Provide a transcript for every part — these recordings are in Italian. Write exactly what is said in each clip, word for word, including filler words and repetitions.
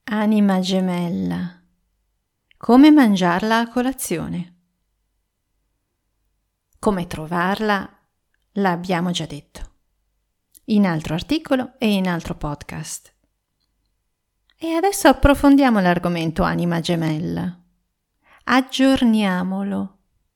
Anima gemella. Come mangiarla a colazione? Come trovarla l'abbiamo già detto, in altro articolo e in altro podcast. E adesso approfondiamo l'argomento anima gemella. Aggiorniamolo.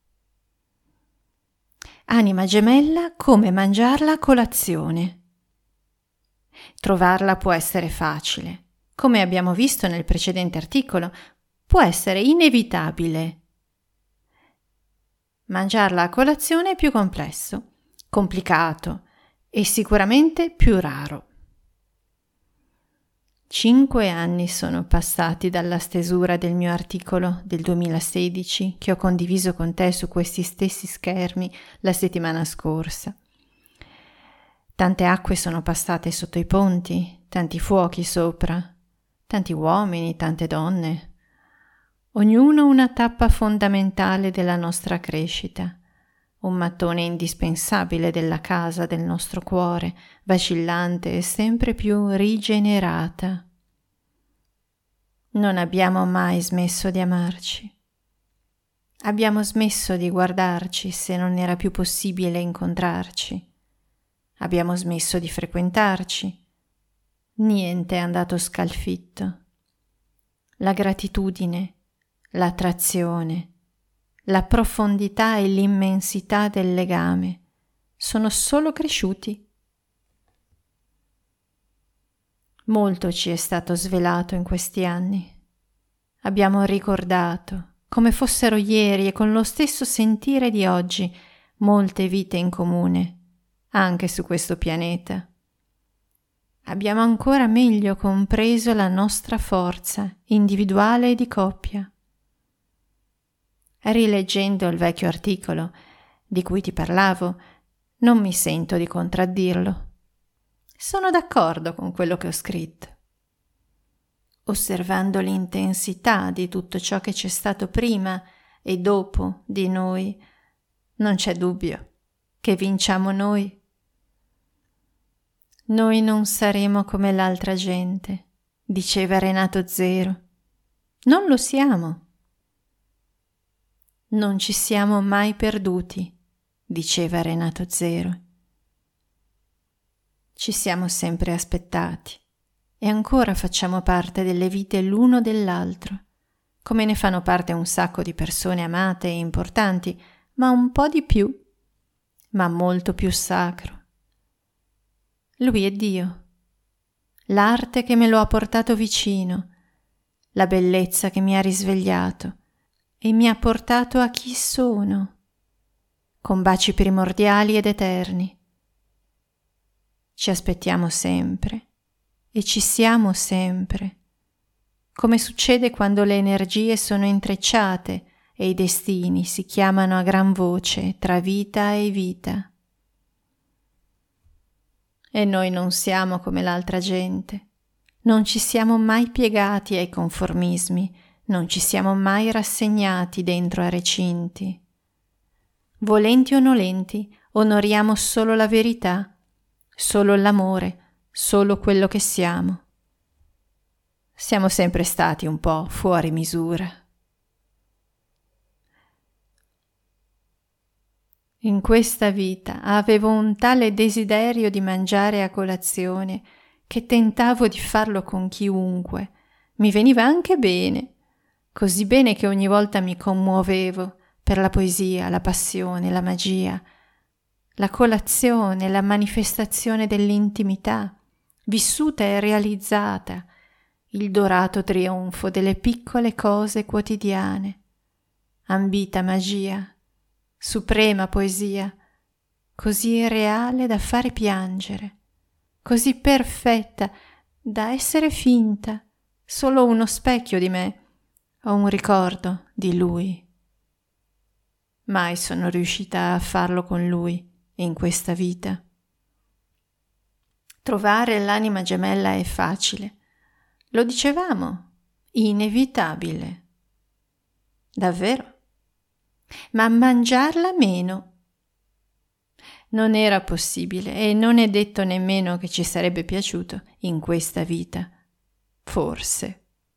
Anima gemella, come mangiarla a colazione. Trovarla può essere facile. Come abbiamo visto nel precedente articolo, può essere inevitabile. Mangiarla a colazione è più complesso, complicato e sicuramente più raro. Cinque anni sono passati dalla stesura del mio articolo del duemilasedici che ho condiviso con te su questi stessi schermi la settimana scorsa. Tante acque sono passate sotto i ponti, tanti fuochi sopra, tanti uomini, tante donne, ognuno una tappa fondamentale della nostra crescita, un mattone indispensabile della casa del nostro cuore, vacillante e sempre più rigenerata. Non abbiamo mai smesso di amarci. Abbiamo smesso di guardarci se non era più possibile incontrarci. Abbiamo smesso di frequentarci. Niente è andato scalfitto. La gratitudine, l'attrazione, la profondità e l'immensità del legame sono solo cresciuti. Molto ci è stato svelato in questi anni. Abbiamo ricordato, come fossero ieri e con lo stesso sentire di oggi, molte vite in comune, anche su questo pianeta. Abbiamo ancora meglio compreso la nostra forza individuale e di coppia. Rileggendo il vecchio articolo di cui ti parlavo, non mi sento di contraddirlo. Sono d'accordo con quello che ho scritto. Osservando l'intensità di tutto ciò che c'è stato prima e dopo di noi, non c'è dubbio che vinciamo noi. Noi non saremo come l'altra gente, diceva Renato Zero. Non lo siamo. Non ci siamo mai perduti, diceva Renato Zero. Ci siamo sempre aspettati e ancora facciamo parte delle vite l'uno dell'altro, come ne fanno parte un sacco di persone amate e importanti, ma un po' di più, ma molto più sacro. Lui è Dio, l'arte che me lo ha portato vicino, la bellezza che mi ha risvegliato e mi ha portato a chi sono, con baci primordiali ed eterni. Ci aspettiamo sempre e ci siamo sempre, come succede quando le energie sono intrecciate e i destini si chiamano a gran voce tra vita e vita. E noi non siamo come l'altra gente, non ci siamo mai piegati ai conformismi, non ci siamo mai rassegnati dentro a recinti. Volenti o nolenti, onoriamo solo la verità, solo l'amore, solo quello che siamo. Siamo sempre stati un po' fuori misura. In questa vita avevo un tale desiderio di mangiare a colazione che tentavo di farlo con chiunque. Mi veniva anche bene, così bene che ogni volta mi commuovevo per la poesia, la passione, la magia, la colazione, la manifestazione dell'intimità, vissuta e realizzata, il dorato trionfo delle piccole cose quotidiane, ambita magia, suprema poesia, così reale da fare piangere, così perfetta da essere finta, solo uno specchio di me o un ricordo di lui. Mai sono riuscita a farlo con lui in questa vita. Trovare l'anima gemella è facile, lo dicevamo, inevitabile. Davvero? Ma mangiarla meno. Non era possibile e non è detto nemmeno che ci sarebbe piaciuto in questa vita. Forse.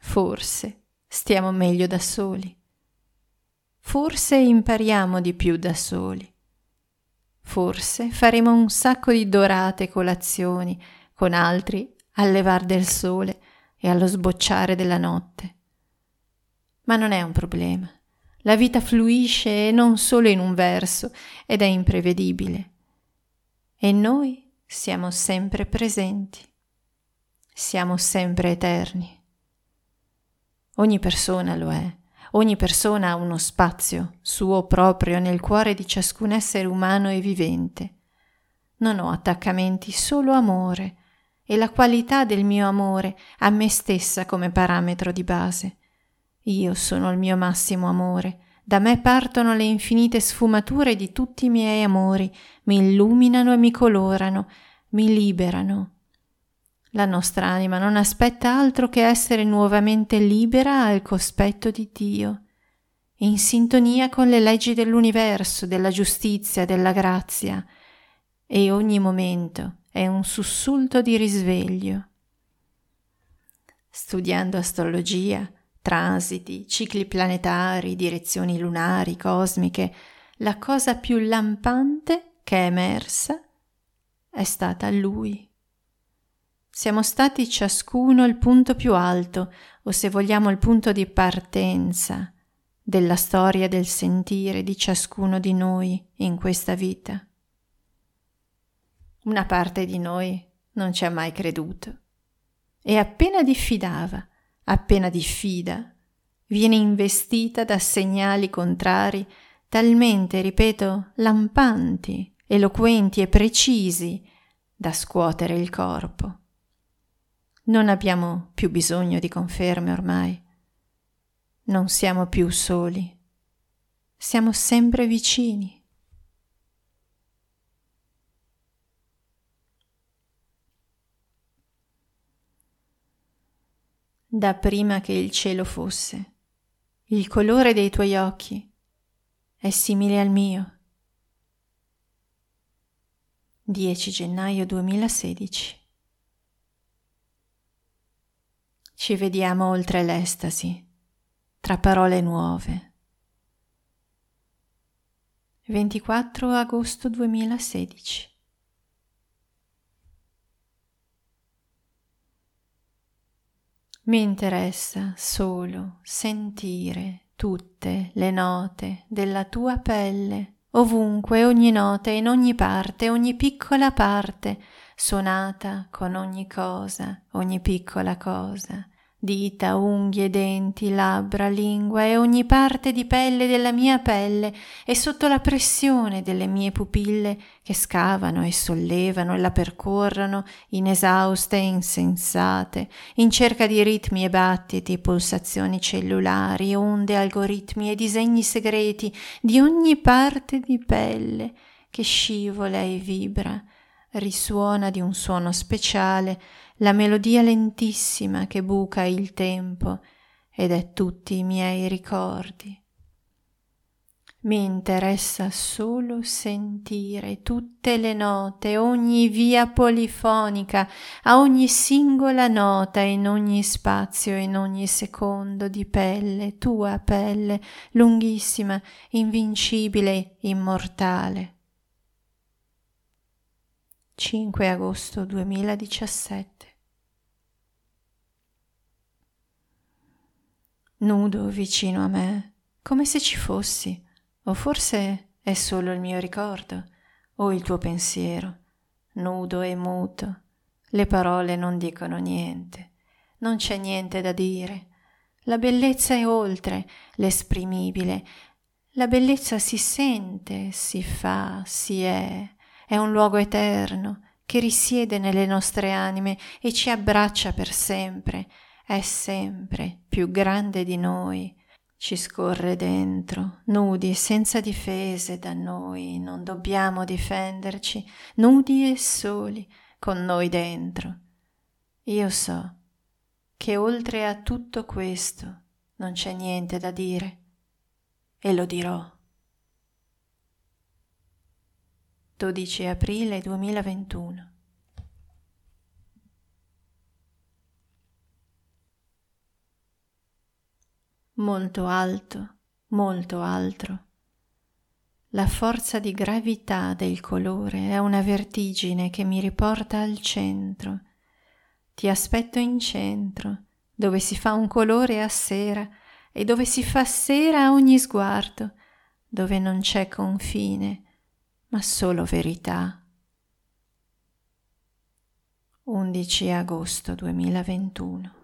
Forse stiamo meglio da soli. Forse impariamo di più da soli. Forse faremo un sacco di dorate colazioni con altri al levar del sole e allo sbocciare della notte. Ma non è un problema. La vita fluisce non solo in un verso ed è imprevedibile. E noi siamo sempre presenti. Siamo sempre eterni. Ogni persona lo è. Ogni persona ha uno spazio suo proprio nel cuore di ciascun essere umano e vivente. Non ho attaccamenti, solo amore, e la qualità del mio amore a me stessa come parametro di base. Io sono il mio massimo amore, da me partono le infinite sfumature di tutti i miei amori, mi illuminano e mi colorano, mi liberano. La nostra anima non aspetta altro che essere nuovamente libera al cospetto di Dio, in sintonia con le leggi dell'universo, della giustizia, della grazia, e ogni momento è un sussulto di risveglio. Studiando astrologia, transiti, cicli planetari, direzioni lunari, cosmiche, la cosa più lampante che è emersa è stata Lui. Siamo stati ciascuno il punto più alto, o se vogliamo il punto di partenza della storia del sentire di ciascuno di noi in questa vita. Una parte di noi non ci ha mai creduto e appena diffidava, appena diffida, viene investita da segnali contrari talmente, ripeto, lampanti, eloquenti e precisi da scuotere il corpo. Non abbiamo più bisogno di conferme ormai. Non siamo più soli. Siamo sempre vicini. Da prima che il cielo fosse, il colore dei tuoi occhi è simile al mio. dieci gennaio duemilasedici. Ci vediamo oltre l'estasi, tra parole nuove. ventiquattro agosto duemilasedici. Mi interessa solo sentire tutte le note della tua pelle, ovunque, ogni nota, in ogni parte, ogni piccola parte, suonata con ogni cosa, ogni piccola cosa, dita, unghie, denti, labbra, lingua e ogni parte di pelle della mia pelle e sotto la pressione delle mie pupille che scavano e sollevano e la percorrono inesauste e insensate, in cerca di ritmi e battiti, pulsazioni cellulari, onde, algoritmi e disegni segreti di ogni parte di pelle che scivola e vibra, risuona di un suono speciale la melodia lentissima che buca il tempo ed è tutti i miei ricordi. Mi interessa solo sentire tutte le note, ogni via polifonica, a ogni singola nota, in ogni spazio, in ogni secondo di pelle, tua pelle, lunghissima, invincibile, immortale. cinque agosto duemiladiciassette. Nudo vicino a me, come se ci fossi, o forse è solo il mio ricordo, o il tuo pensiero, nudo e muto. Le parole non dicono niente, non c'è niente da dire. La bellezza è oltre l'esprimibile, la bellezza si sente, si fa, si è. È un luogo eterno che risiede nelle nostre anime e ci abbraccia per sempre, è sempre più grande di noi, ci scorre dentro, nudi e senza difese da noi, non dobbiamo difenderci, nudi e soli, con noi dentro. Io so che oltre a tutto questo non c'è niente da dire e lo dirò. dodici aprile duemilaventuno. molto alto, molto altro. La forza di gravità del colore è una vertigine che mi riporta al centro. Ti aspetto in centro, dove si fa un colore a sera e dove si fa sera a ogni sguardo, dove non c'è confine, ma solo verità. undici agosto duemilaventuno.